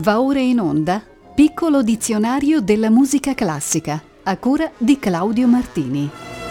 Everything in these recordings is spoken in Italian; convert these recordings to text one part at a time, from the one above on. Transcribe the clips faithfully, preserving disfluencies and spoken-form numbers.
Va ora in onda Piccolo dizionario della musica classica, a cura di Claudio Martini.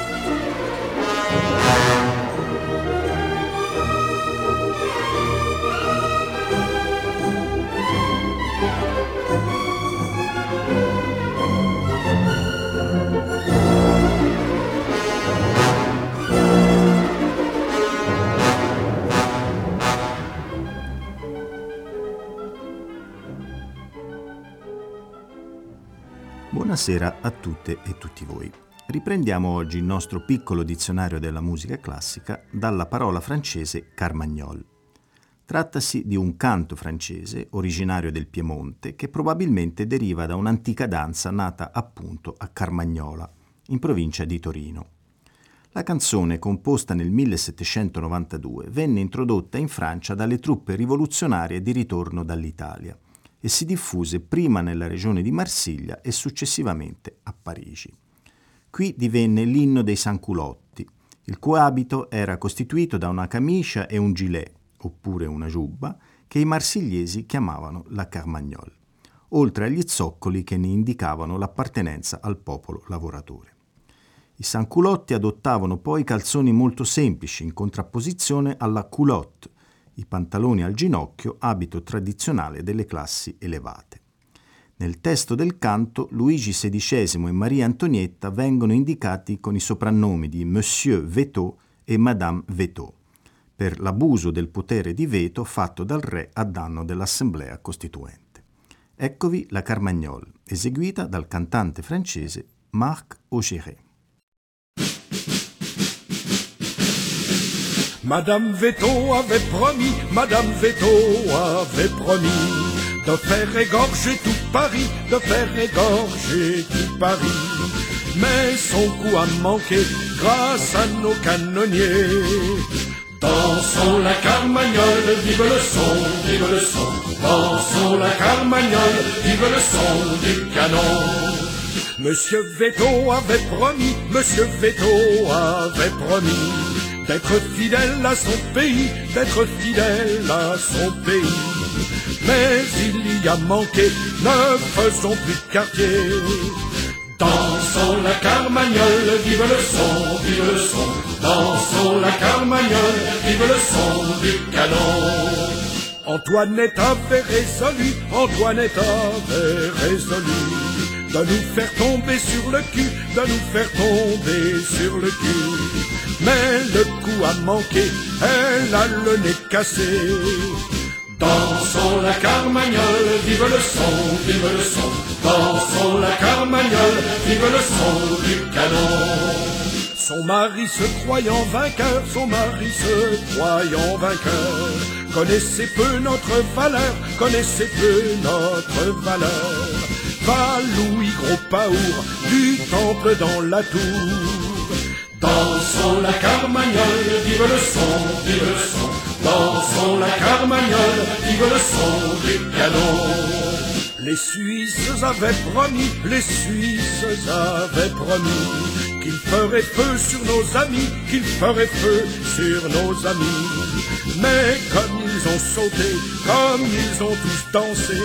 Buonasera a tutte e tutti voi. Riprendiamo oggi il nostro piccolo dizionario della musica classica dalla parola francese carmagnole. Trattasi di un canto francese originario del Piemonte che probabilmente deriva da un'antica danza nata appunto a Carmagnola, in provincia di Torino. La canzone, composta nel millesettecentonovantadue, venne introdotta in Francia dalle truppe rivoluzionarie di ritorno dall'Italia e si diffuse prima nella regione di Marsiglia e successivamente a Parigi. Qui divenne l'inno dei sanculotti, il cui abito era costituito da una camicia e un gilet, oppure una giubba, che i marsigliesi chiamavano la carmagnole, oltre agli zoccoli che ne indicavano l'appartenenza al popolo lavoratore. I sanculotti adottavano poi calzoni molto semplici in contrapposizione alla culotte, i pantaloni al ginocchio, abito tradizionale delle classi elevate. Nel testo del canto, Luigi sedicesimo e Maria Antonietta vengono indicati con i soprannomi di Monsieur Veto e Madame Veto, per l'abuso del potere di veto fatto dal re a danno dell'Assemblea Costituente. Eccovi la Carmagnole, eseguita dal cantante francese Marc Augeret. Madame Veto avait promis, Madame Veto avait promis de faire égorger tout Paris, de faire égorger tout Paris. Mais son coup a manqué grâce à nos canonniers. Dansons la Carmagnole, vive le son, vive le son. Dansons la Carmagnole, vive le son du canon. Monsieur Veto avait promis, Monsieur Veto avait promis d'être fidèle à son pays, d'être fidèle à son pays. Mais il y a manqué, ne faisons plus de quartier. Dansons la Carmagnole, vive le son, vive le son. Dansons la Carmagnole, vive le son du canon. Antoinette avait résolu, Antoinette avait résolu de nous faire tomber sur le cul, de nous faire tomber sur le cul. Mais le coup a manqué, elle a le nez cassé. Dansons la Carmagnole, vive le son, vive le son. Dansons la Carmagnole, vive le son du canon. Son mari se croyant vainqueur, son mari se croyant vainqueur, connaissait peu notre valeur, connaissait peu notre valeur. Va Louis Gros Paour du temple dans la tour. Dansons la Carmagnole, vive le son, vive le son. Dansons la Carmagnole, vive le son du canon. Les Suisses avaient promis, les Suisses avaient promis qu'ils feraient feu sur nos amis, qu'ils feraient feu sur nos amis. Mais comme ils ont sauté, comme ils ont tous dansé,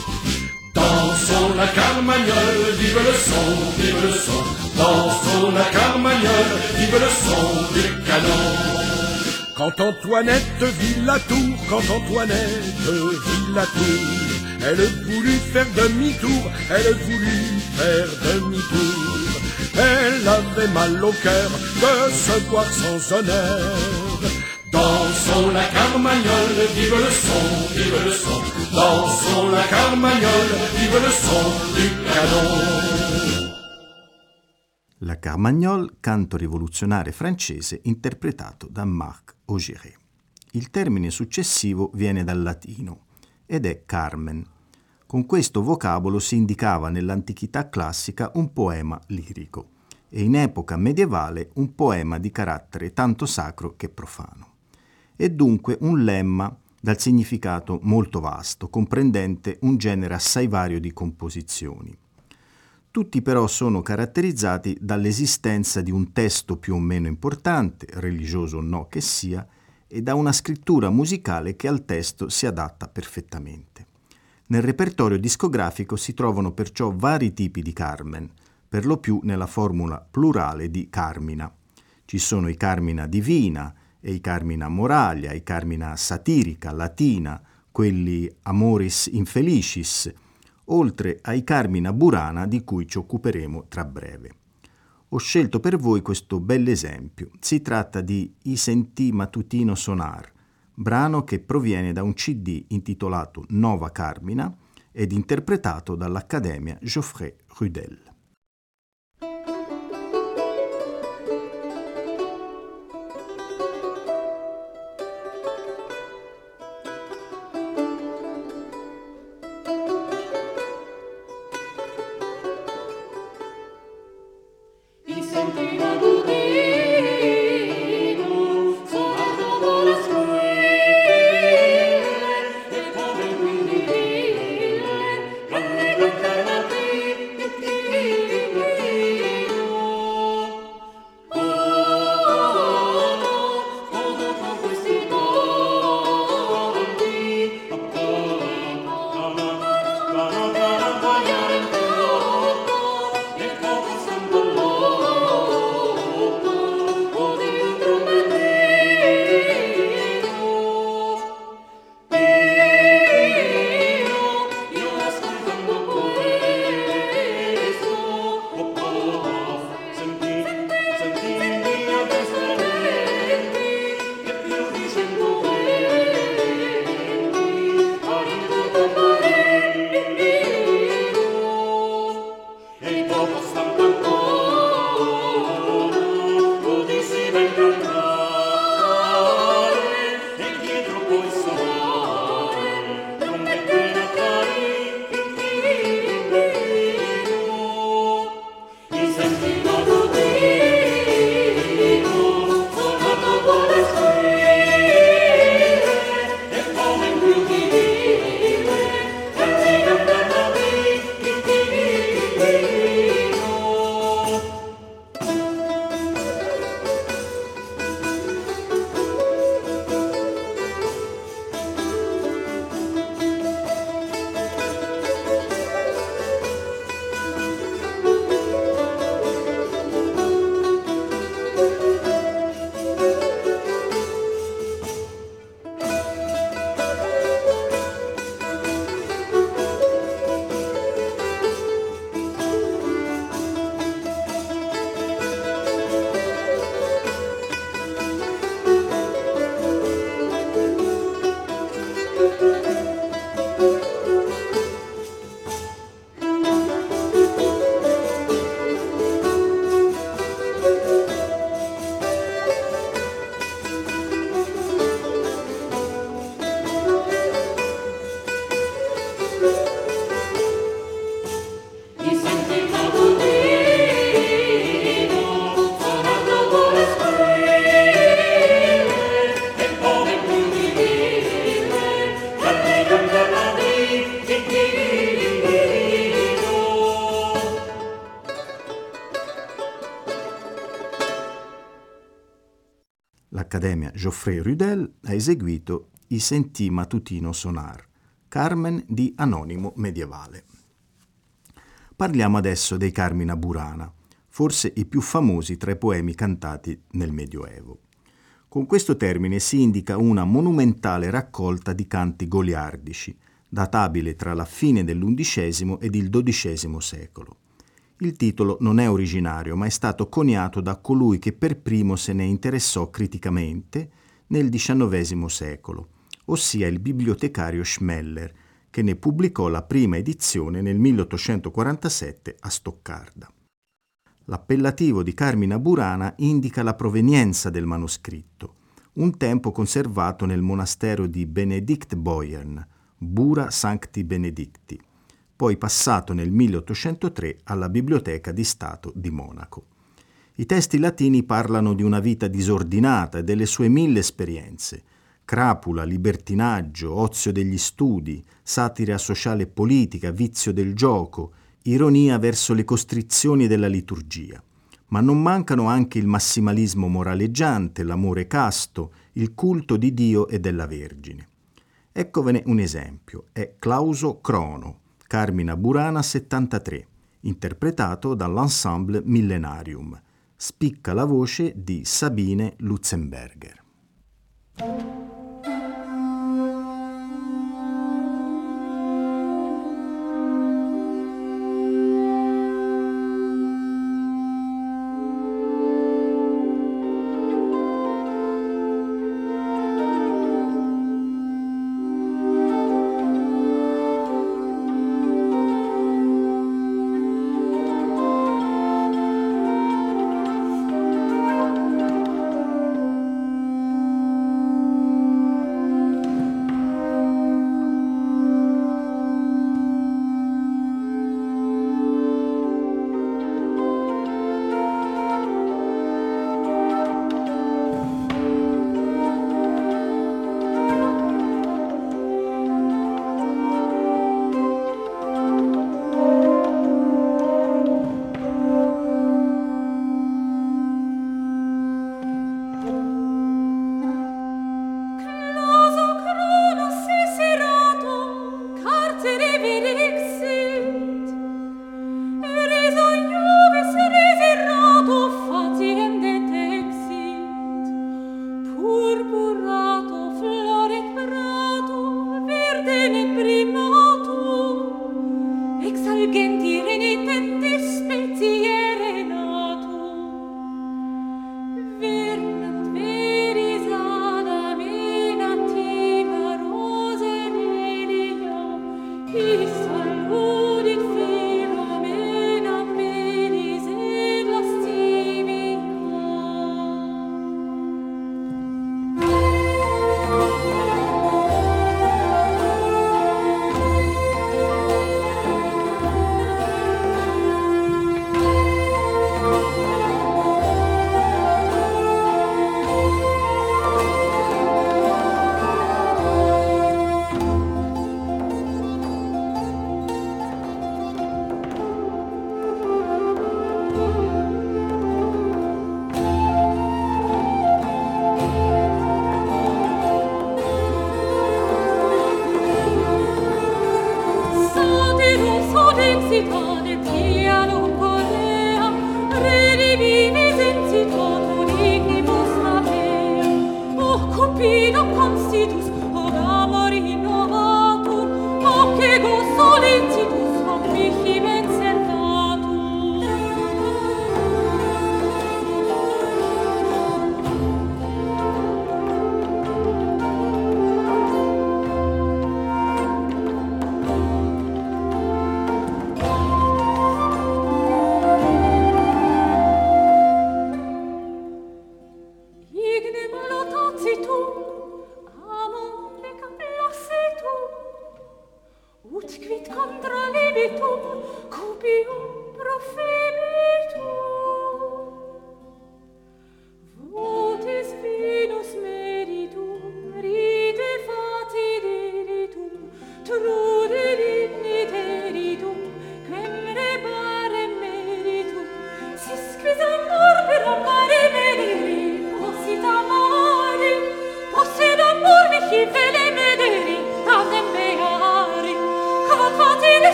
dansons la Carmagnole, vive le son, vive le son. Dansons la Carmagnole, vive le son du canon. Quand Antoinette vit la tour, quand Antoinette vit la tour, elle voulut faire demi-tour, elle voulut faire demi-tour. Elle avait mal au cœur de se voir sans honneur. Dansons la Carmagnole, vive le son, vive le son. Dansons la Carmagnole, vive le son du canon. La Carmagnole, canto rivoluzionario francese interpretato da Marc Augeret. Il termine successivo viene dal latino ed è Carmen. Con questo vocabolo si indicava nell'antichità classica un poema lirico e in epoca medievale un poema di carattere tanto sacro che profano. È dunque un lemma dal significato molto vasto, comprendente un genere assai vario di composizioni. Tutti però sono caratterizzati dall'esistenza di un testo più o meno importante, religioso o no che sia, e da una scrittura musicale che al testo si adatta perfettamente. Nel repertorio discografico si trovano perciò vari tipi di Carmen, per lo più nella formula plurale di Carmina. Ci sono i Carmina divina e i Carmina moralia, i Carmina satirica, latina, quelli amoris infelicis, oltre ai Carmina burana di cui ci occuperemo tra breve. Ho scelto per voi questo bell'esempio. Si tratta di I sentì mattutino sonar, brano che proviene da un C D intitolato Nova Carmina ed interpretato dall'Accademia Geoffrey Rudel. L'Accademia Geoffrey Rudel ha eseguito I sentì mattutino sonar, Carmen di Anonimo medievale. Parliamo adesso dei Carmina burana, forse i più famosi tra i poemi cantati nel Medioevo. Con questo termine si indica una monumentale raccolta di canti goliardici, databile tra la fine dell'undicesimo ed il dodicesimo secolo. Il titolo non è originario, ma è stato coniato da colui che per primo se ne interessò criticamente nel diciannovesimo secolo, ossia il bibliotecario Schmeller, che ne pubblicò la prima edizione nel milleottocentoquarantasette a Stoccarda. L'appellativo di Carmina burana indica la provenienza del manoscritto, un tempo conservato nel monastero di Benediktbeuern, Bura Sancti Benedicti, poi passato nel milleottocentotre alla Biblioteca di Stato di Monaco. I testi latini parlano di una vita disordinata e delle sue mille esperienze: crapula, libertinaggio, ozio degli studi, satira sociale e politica, vizio del gioco, ironia verso le costrizioni della liturgia. Ma non mancano anche il massimalismo moraleggiante, l'amore casto, il culto di Dio e della Vergine. Eccovene un esempio, è Clauso Crono, Carmina Burana settantatré, interpretato dall'ensemble Millenarium. Spicca la voce di Sabine Lutzenberger.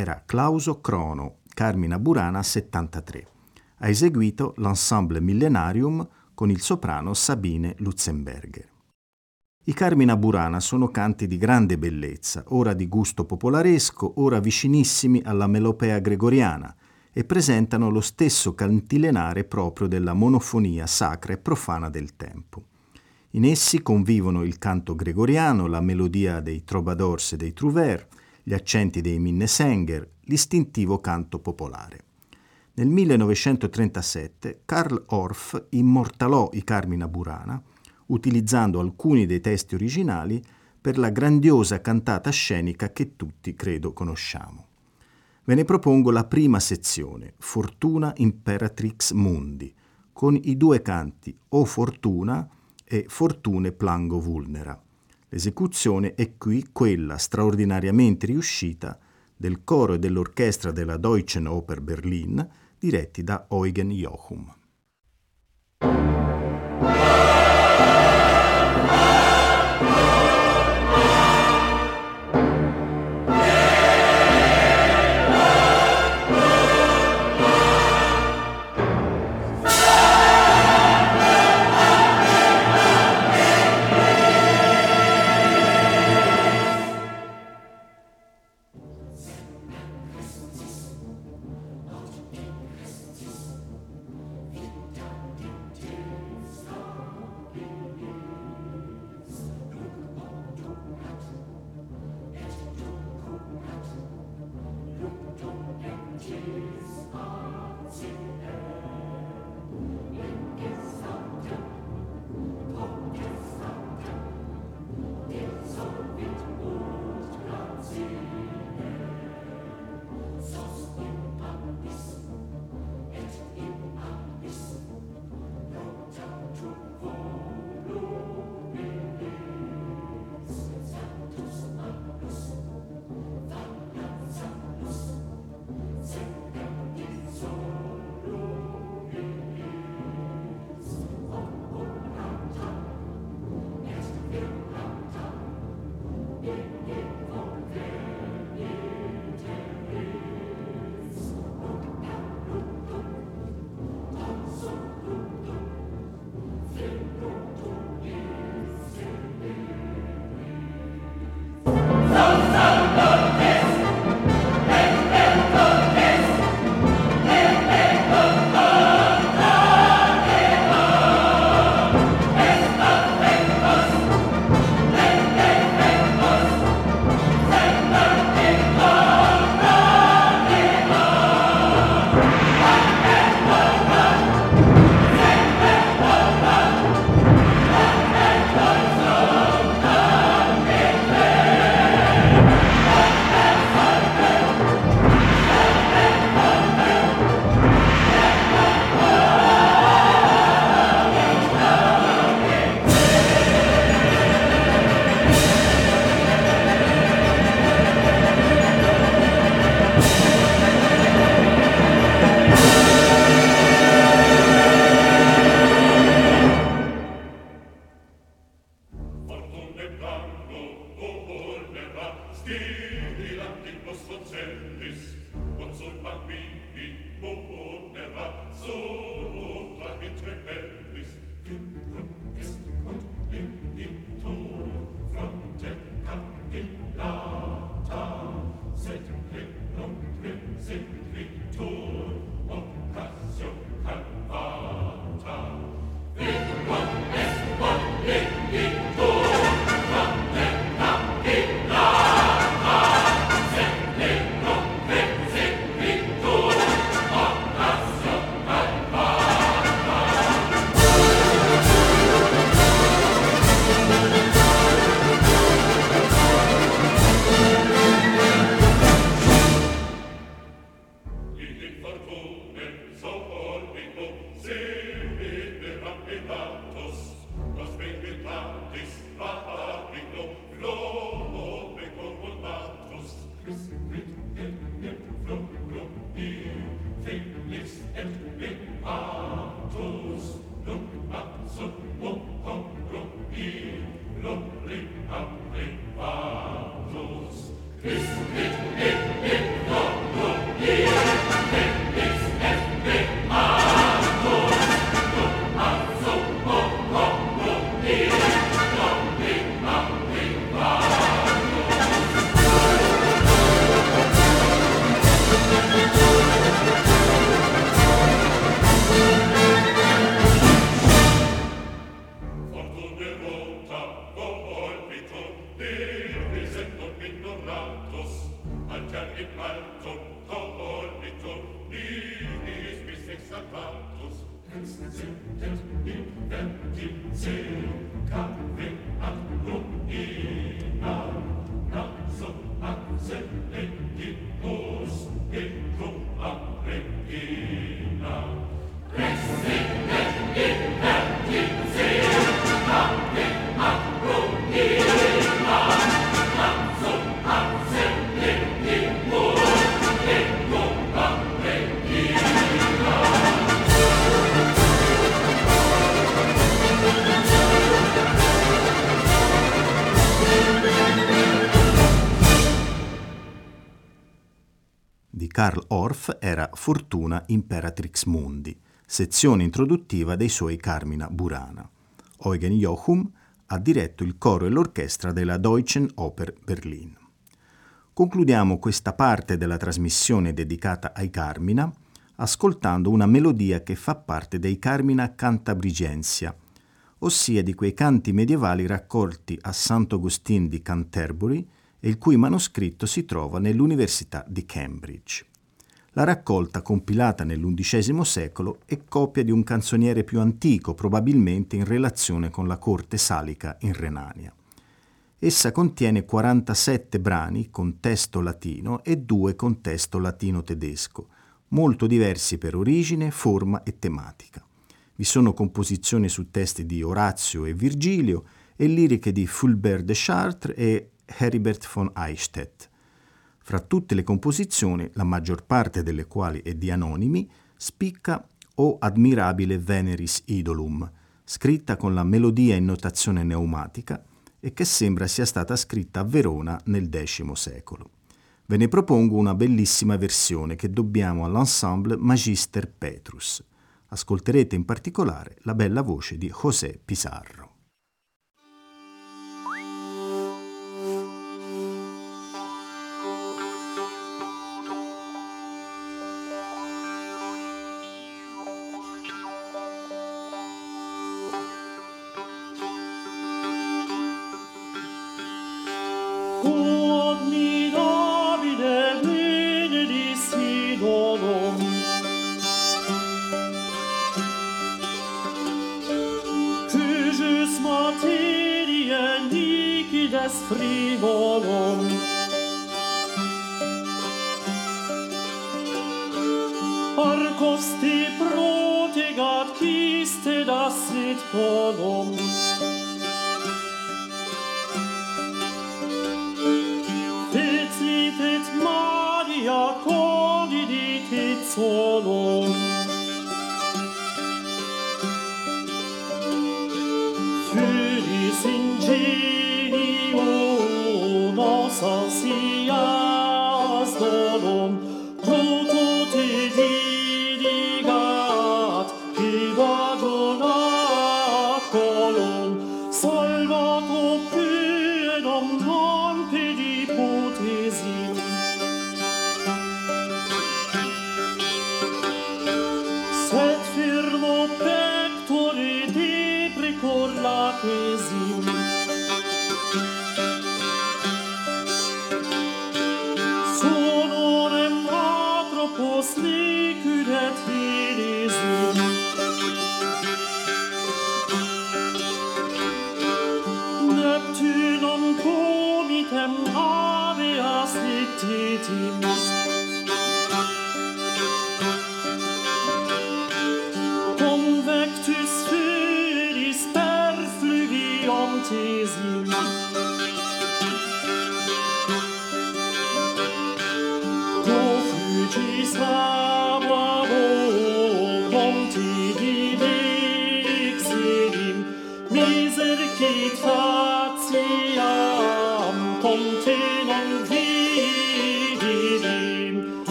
era Clauso Crono, Carmina Burana settantatré. Ha eseguito l'ensemble Millenarium con il soprano Sabine Lutzenberger. I Carmina Burana sono canti di grande bellezza, ora di gusto popolaresco, ora vicinissimi alla melopea gregoriana, e presentano lo stesso cantilenare proprio della monofonia sacra e profana del tempo. In essi convivono il canto gregoriano, la melodia dei troubadours e dei trouvères, gli accenti dei Minnesänger, l'istintivo canto popolare. Nel millenovecentotrentasette Carl Orff immortalò i Carmina Burana utilizzando alcuni dei testi originali per la grandiosa cantata scenica che tutti credo conosciamo. Ve ne propongo la prima sezione, Fortuna Imperatrix Mundi, con i due canti O Fortuna e Fortune Plango Vulnera. L'esecuzione è qui quella straordinariamente riuscita del coro e dell'orchestra della Deutschen Oper Berlin, diretti da Eugen Jochum. Fortuna Carl Orff era Fortuna Imperatrix Mundi, sezione introduttiva dei suoi Carmina Burana. Eugen Jochum ha diretto il coro e l'orchestra della Deutschen Oper Berlin. Concludiamo questa parte della trasmissione dedicata ai Carmina ascoltando una melodia che fa parte dei Carmina Cantabrigensia, ossia di quei canti medievali raccolti a Sant'Augustin di Canterbury e il cui manoscritto si trova nell'Università di Cambridge. La raccolta, compilata nell'undicesimo secolo, è copia di un canzoniere più antico, probabilmente in relazione con la corte salica in Renania. Essa contiene quarantasette brani con testo latino e due con testo latino-tedesco, molto diversi per origine, forma e tematica. Vi sono composizioni su testi di Orazio e Virgilio e liriche di Fulbert de Chartres e Heribert von Eichstätt. Fra tutte le composizioni, la maggior parte delle quali è di anonimi, spicca O admirabile Veneris Idolum, scritta con la melodia in notazione pneumatica e che sembra sia stata scritta a Verona nel X secolo. Ve ne propongo una bellissima versione che dobbiamo all'ensemble Magister Petrus. Ascolterete in particolare la bella voce di José Pizarro. Frivolum. Arcos te protegat quiste das sit polum. Fecit et Maria condidit et solum. Fidis ingenio Sancias dolum, toto te dirigat, evadonat colum, salvato plenum non pedipotesim. Sed firmo pectore deprecor lacesim. Licudet fidesim. Neptunum comitem habeas dictetim. Convectus fidis perfluvium tesim. Fugis labor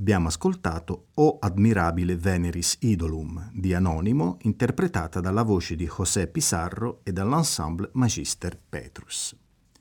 Abbiamo ascoltato O admirabile Veneris idolum di Anonimo, interpretata dalla voce di José Pizarro e dall'ensemble Magister Petrus.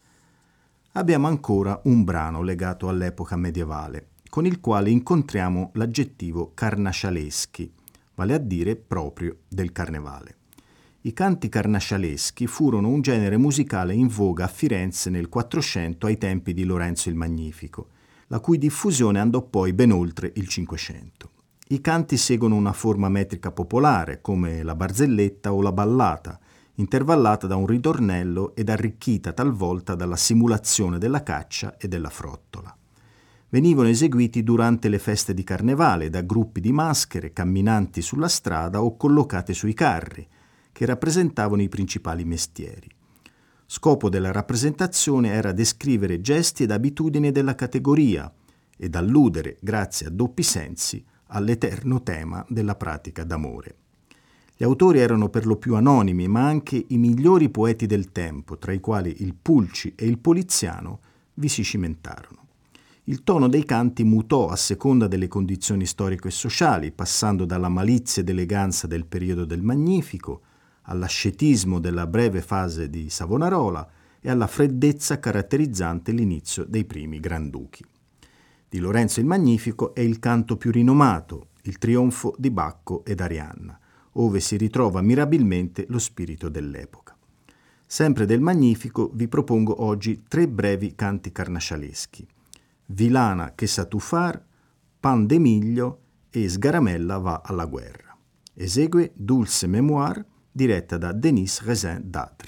Abbiamo ancora un brano legato all'epoca medievale, con il quale incontriamo l'aggettivo carnascialeschi, vale a dire proprio del carnevale. I canti carnascialeschi furono un genere musicale in voga a Firenze nel Quattrocento ai tempi di Lorenzo il Magnifico, la cui diffusione andò poi ben oltre il Cinquecento. I canti seguono una forma metrica popolare, come la barzelletta o la ballata, intervallata da un ritornello ed arricchita talvolta dalla simulazione della caccia e della frottola. Venivano eseguiti durante le feste di carnevale da gruppi di maschere camminanti sulla strada o collocate sui carri, che rappresentavano i principali mestieri. Scopo della rappresentazione era descrivere gesti ed abitudini della categoria ed alludere, grazie a doppi sensi, all'eterno tema della pratica d'amore. Gli autori erano per lo più anonimi, ma anche i migliori poeti del tempo, tra i quali il Pulci e il Poliziano, vi si cimentarono. Il tono dei canti mutò a seconda delle condizioni storiche e sociali, passando dalla malizia ed eleganza del periodo del Magnifico, all'ascetismo della breve fase di Savonarola e alla freddezza caratterizzante l'inizio dei primi Granduchi. Di Lorenzo il Magnifico è il canto più rinomato, il trionfo di Bacco ed Arianna, ove si ritrova mirabilmente lo spirito dell'epoca. Sempre del Magnifico vi propongo oggi tre brevi canti carnascialeschi: Vilana che sa tu far, Pan de miglio e Sgaramella va alla guerra. Esegue Dulce Mémoire, diretta da Denis Rezin d'Atre.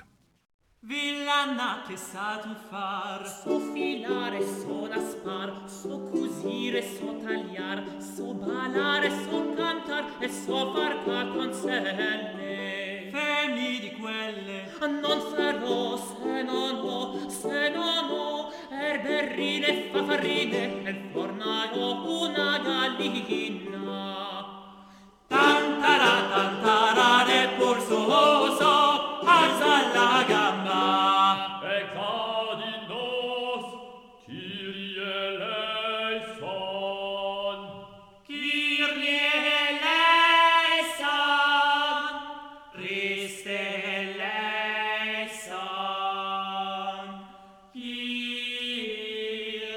Villana che sa tu far, so filare, so raspar, so cusire, so tagliar, so ballare, so cantar e so far caconzelle. Femmi di quelle non farò se non ho, se non ho erberrine, fafarrine e fornaio una gallina. Tantara tantara de pur so alza la gamba e cadi nos Kyrie eleison Kyrie eleison Christe eleison Kyrie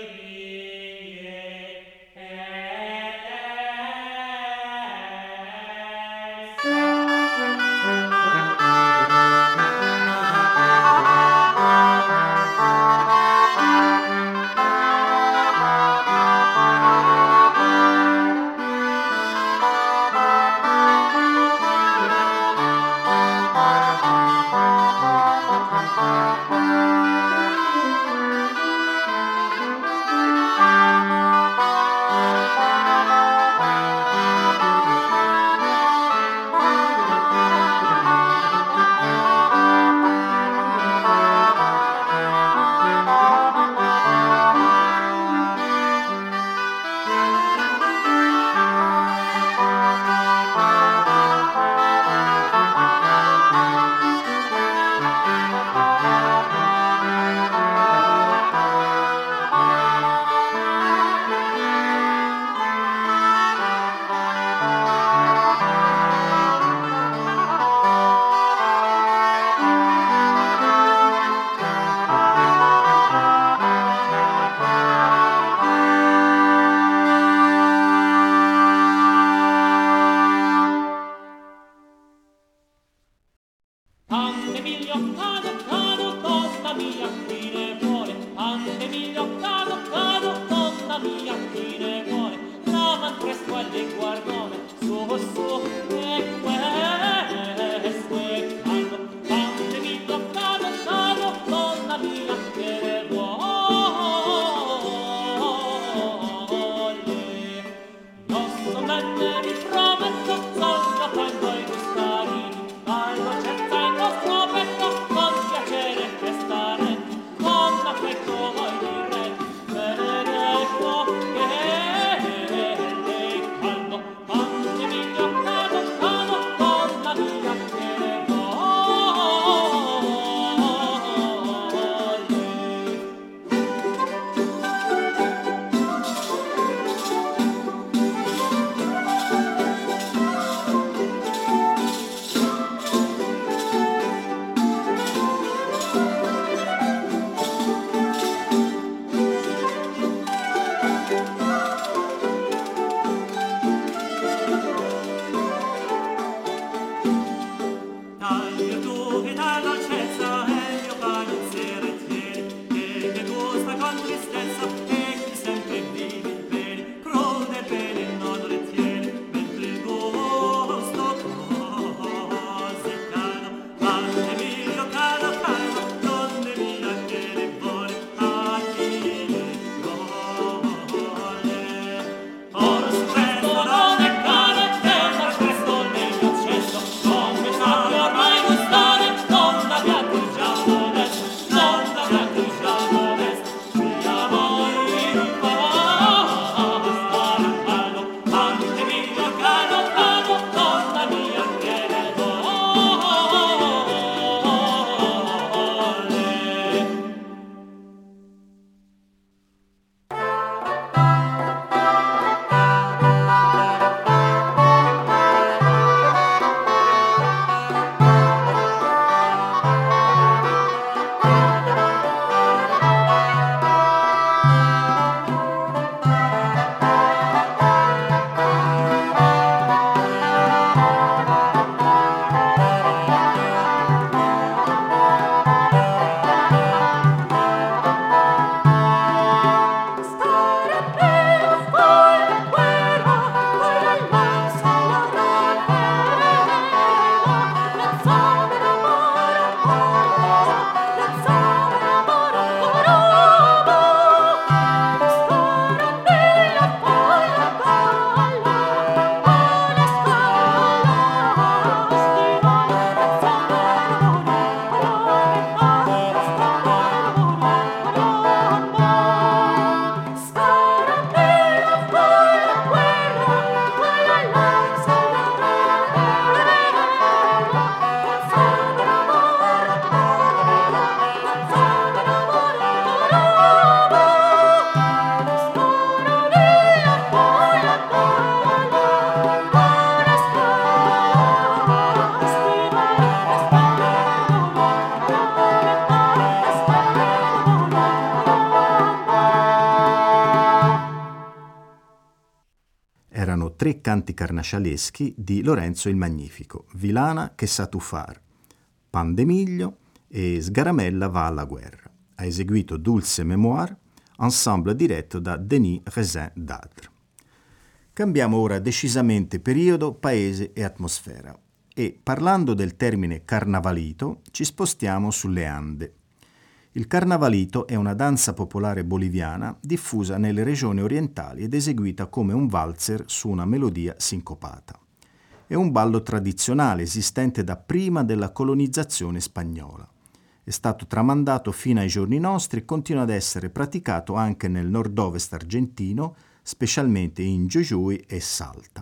tre canti carnascialeschi di Lorenzo il Magnifico, Vilana che sa tu far, Pan de Miglio e Sgaramella va alla guerra. Ha eseguito Dulce Mémoire, ensemble diretto da Denis Rezin d'Adre. Cambiamo ora decisamente periodo, paese e atmosfera e, parlando del termine carnavalito, ci spostiamo sulle Ande. Il carnavalito è una danza popolare boliviana diffusa nelle regioni orientali ed eseguita come un valzer su una melodia sincopata. È un ballo tradizionale esistente da prima della colonizzazione spagnola. È stato tramandato fino ai giorni nostri e continua ad essere praticato anche nel nord-ovest argentino, specialmente in Jujuy e Salta.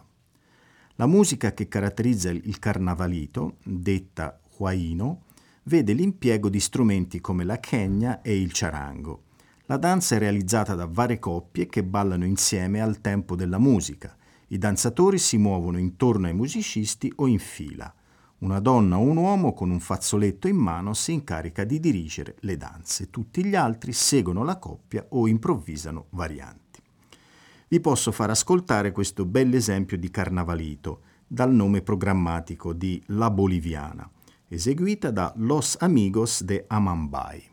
La musica che caratterizza il carnavalito, detta huayno, vede l'impiego di strumenti come la quenya e il charango. La danza è realizzata da varie coppie che ballano insieme al tempo della musica. I danzatori si muovono intorno ai musicisti o in fila. Una donna o un uomo con un fazzoletto in mano si incarica di dirigere le danze. Tutti gli altri seguono la coppia o improvvisano varianti. Vi posso far ascoltare questo bell'esempio di carnavalito dal nome programmatico di La Boliviana, eseguita da Los Amigos de Amambay.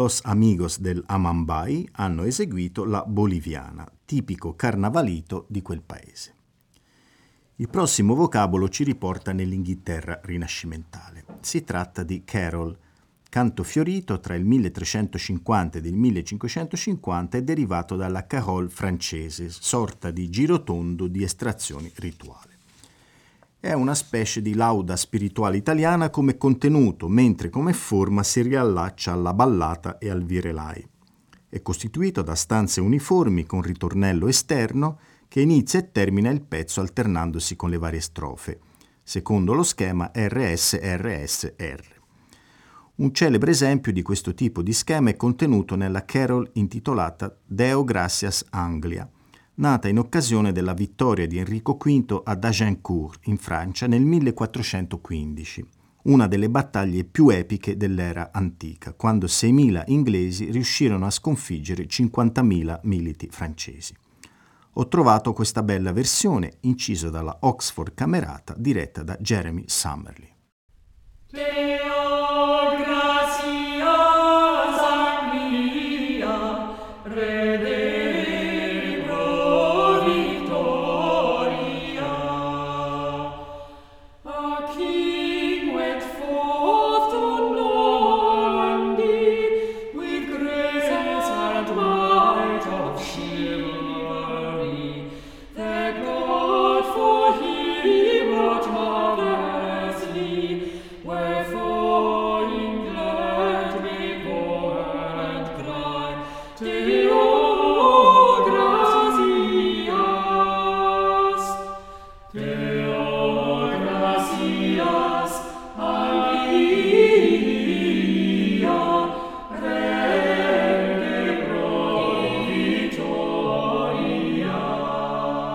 Los Amigos del Amambay hanno eseguito la Boliviana, tipico carnavalito di quel paese. Il prossimo vocabolo ci riporta nell'Inghilterra rinascimentale. Si tratta di carol, canto fiorito tra il milletrecentocinquanta ed il millecinquecentocinquanta e derivato dalla carole francese, sorta di girotondo di estrazione rituale. È una specie di lauda spirituale italiana come contenuto, mentre come forma si riallaccia alla ballata e al virelai. È costituito da stanze uniformi con ritornello esterno che inizia e termina il pezzo alternandosi con le varie strofe, secondo lo schema R S R S R. Un celebre esempio di questo tipo di schema è contenuto nella carol intitolata Deo Gracias Anglia, nata in occasione della vittoria di Enrico V ad Agincourt, in Francia, nel millequattrocentoquindici, una delle battaglie più epiche dell'era antica, quando seimila inglesi riuscirono a sconfiggere cinquantamila militi francesi. Ho trovato questa bella versione, incisa dalla Oxford Camerata, diretta da Jeremy Summerly. Deo gratias Anglia, Re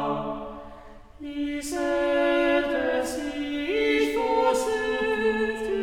Is it as if for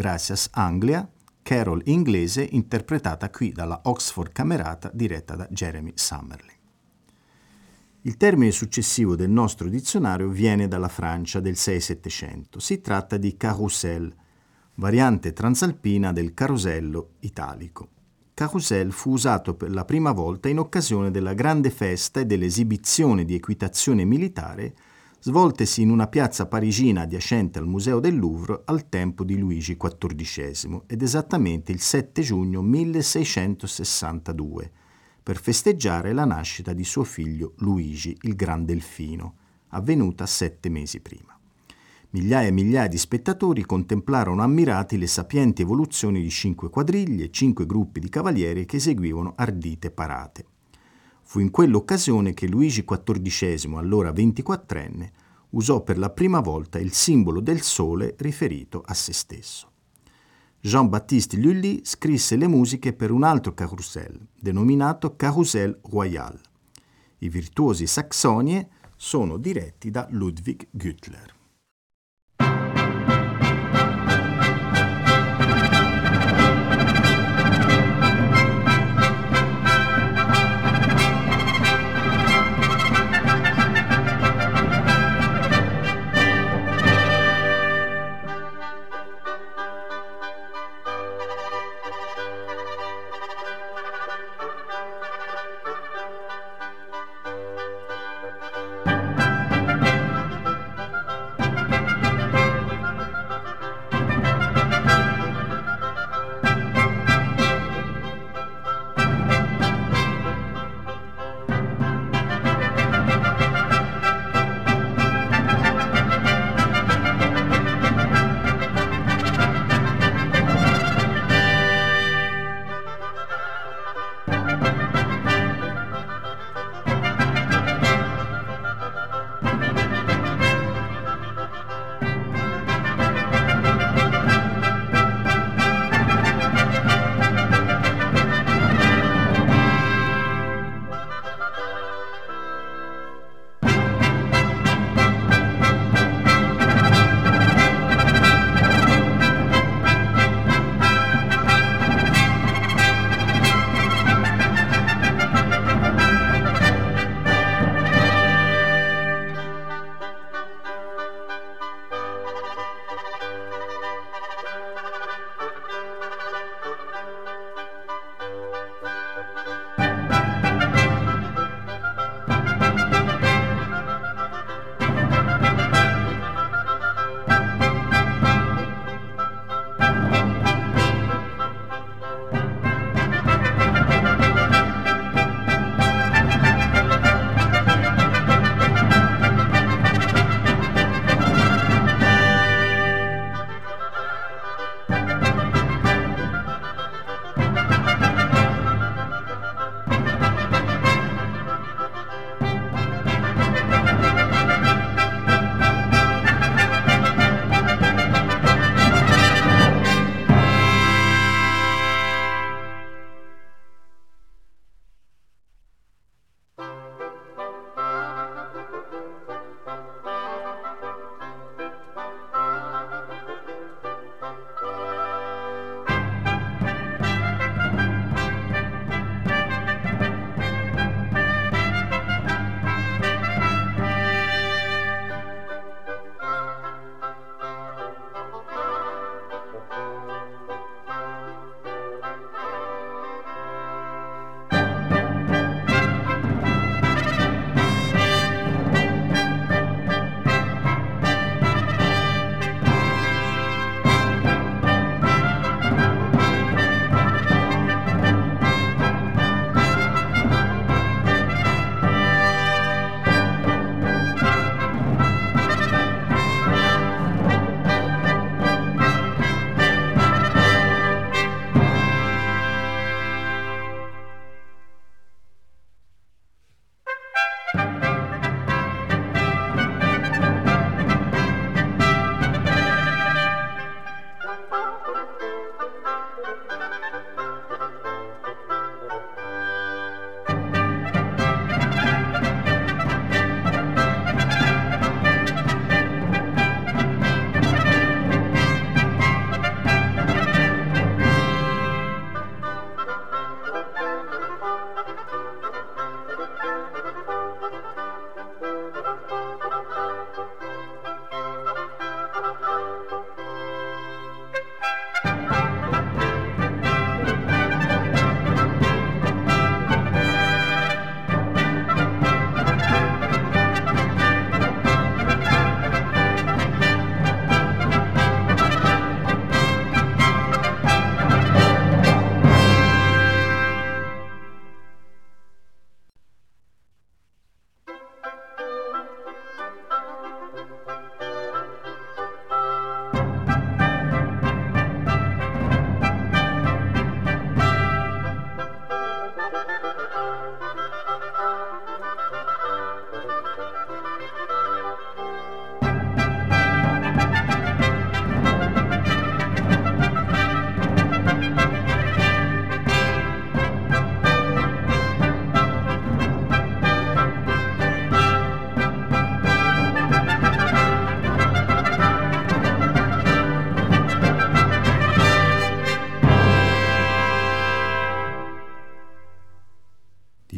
Gracias Anglia, Carol inglese interpretata qui dalla Oxford Camerata diretta da Jeremy Summerlin. Il termine successivo del nostro dizionario viene dalla Francia del sei settecento. Si tratta di carrousel, variante transalpina del carosello italico. Carrousel fu usato per la prima volta in occasione della grande festa e dell'esibizione di equitazione militare svoltesi in una piazza parigina adiacente al Museo del Louvre al tempo di Luigi quattordicesimo ed esattamente il sette giugno milleseicentosessantadue, per festeggiare la nascita di suo figlio Luigi, il Gran Delfino, avvenuta sette mesi prima. Migliaia e migliaia di spettatori contemplarono ammirati le sapienti evoluzioni di cinque quadriglie e cinque gruppi di cavalieri che eseguivano ardite parate. Fu in quell'occasione che Luigi quattordicesimo, allora ventiquattrenne, usò per la prima volta il simbolo del sole riferito a se stesso. Jean-Baptiste Lully scrisse le musiche per un altro carrousel, denominato Carrousel Royal. I virtuosi Saxonie sono diretti da Ludwig Güttler.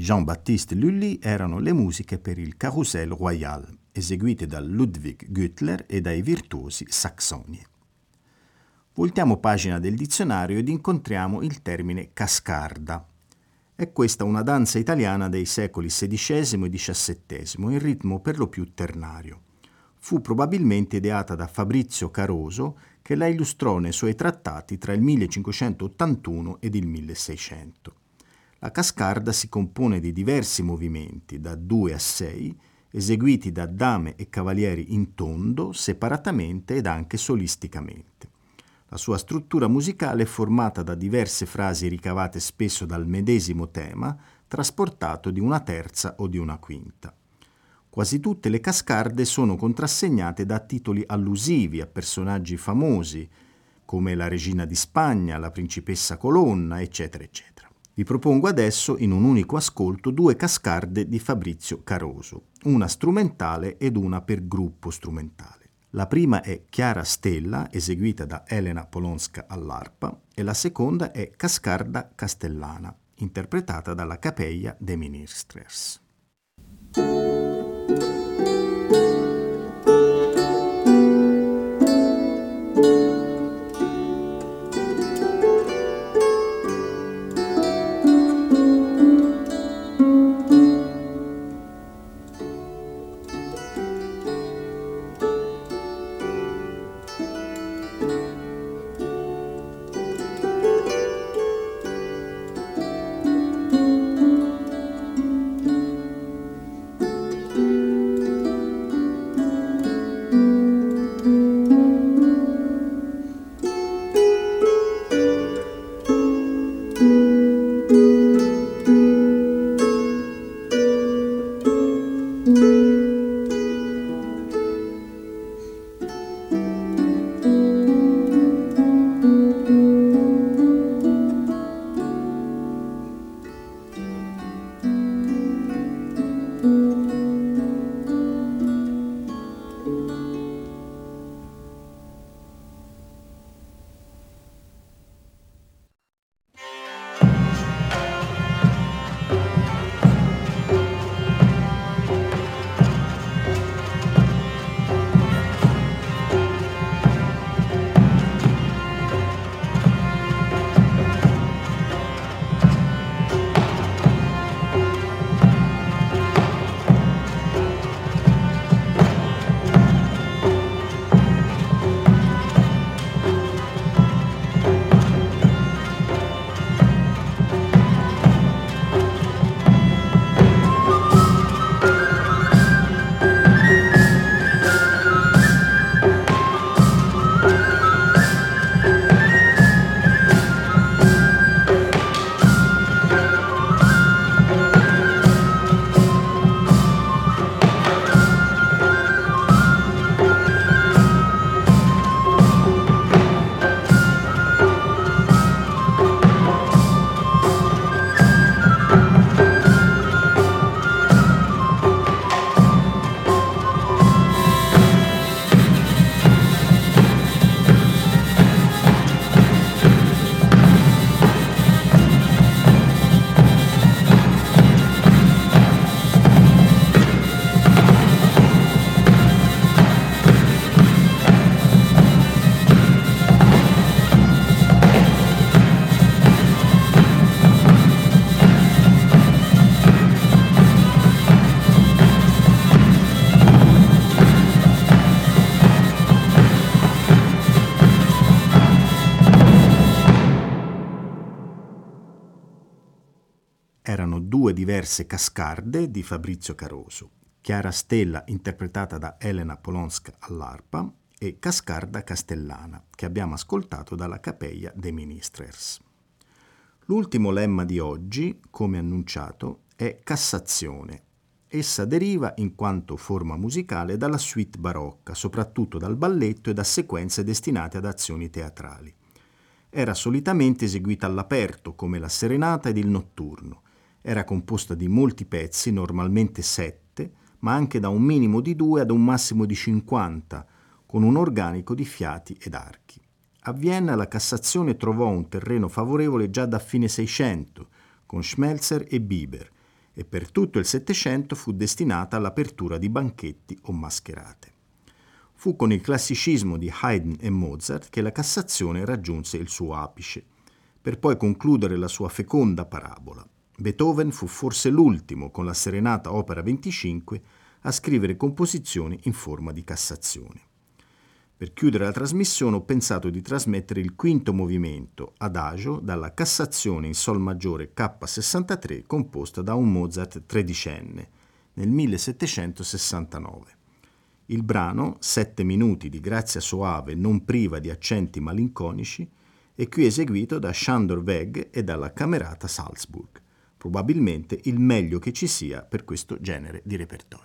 Jean-Baptiste Lully erano le musiche per il Carrousel Royal, eseguite da Ludwig Güttler e dai virtuosi Saxonie. Voltiamo pagina del dizionario ed incontriamo il termine cascarda. È questa una danza italiana dei secoli sedicesimo e diciassettesimo, in ritmo per lo più ternario. Fu probabilmente ideata da Fabrizio Caroso, che la illustrò nei suoi trattati tra il millecinquecentottantuno ed il milleseicento. La cascarda si compone di diversi movimenti, da due a sei, eseguiti da dame e cavalieri in tondo, separatamente ed anche solisticamente. La sua struttura musicale è formata da diverse frasi ricavate spesso dal medesimo tema, trasportato di una terza o di una quinta. Quasi tutte le cascarde sono contrassegnate da titoli allusivi a personaggi famosi, come la regina di Spagna, la principessa Colonna, eccetera, eccetera. Vi propongo adesso, in un unico ascolto, due cascarde di Fabrizio Caroso, una strumentale ed una per gruppo strumentale. La prima è Chiara Stella, eseguita da Elena Polonska all'arpa, e la seconda è Cascarda Castellana, interpretata dalla Capella dei Ministrers. Erano due diverse cascarde di Fabrizio Caroso, Chiara Stella interpretata da Elena Polonska all'arpa e Cascarda Castellana, che abbiamo ascoltato dalla Capella dei Ministrers. L'ultimo lemma di oggi, come annunciato, è Cassazione. Essa deriva, in quanto forma musicale, dalla suite barocca, soprattutto dal balletto e da sequenze destinate ad azioni teatrali. Era solitamente eseguita all'aperto, come la serenata ed il notturno. Era composta di molti pezzi, normalmente sette, ma anche da un minimo di due ad un massimo di cinquanta, con un organico di fiati ed archi. A Vienna la Cassazione trovò un terreno favorevole già da fine Seicento, con Schmelzer e Bieber, e per tutto il Settecento fu destinata all'apertura di banchetti o mascherate. Fu con il classicismo di Haydn e Mozart che la Cassazione raggiunse il suo apice, per poi concludere la sua feconda parabola. Beethoven fu forse l'ultimo, con la Serenata opera venticinque, a scrivere composizioni in forma di Cassazione. Per chiudere la trasmissione ho pensato di trasmettere il quinto movimento, Adagio, dalla Cassazione in Sol maggiore K sessantatré, composta da un Mozart tredicenne, nel millesettecentosessantanove. Il brano, sette minuti di grazia soave non priva di accenti malinconici, è qui eseguito da Sándor Weg e dalla Camerata Salzburg, probabilmente il meglio che ci sia per questo genere di repertorio.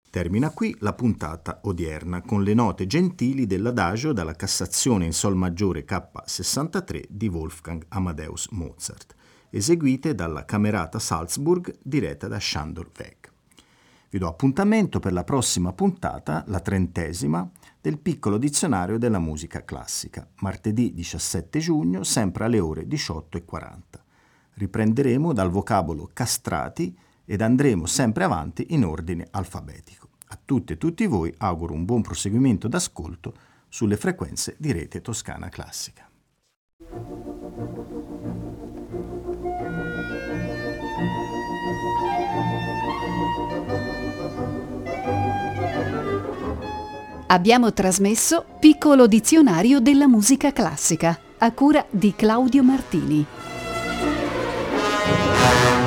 Termina qui la puntata odierna con le note gentili dell'adagio dalla Cassazione in Sol maggiore K sessantatré di Wolfgang Amadeus Mozart, eseguite dalla Camerata Salzburg diretta da Sándor Weg. Vi do appuntamento per la prossima puntata, la trentesima, del piccolo dizionario della musica classica, martedì diciassette giugno, sempre alle ore diciotto e quaranta. Riprenderemo dal vocabolo castrati ed andremo sempre avanti in ordine alfabetico. A tutte e tutti voi auguro un buon proseguimento d'ascolto sulle frequenze di Rete Toscana Classica. Abbiamo trasmesso Piccolo dizionario della musica classica, a cura di Claudio Martini.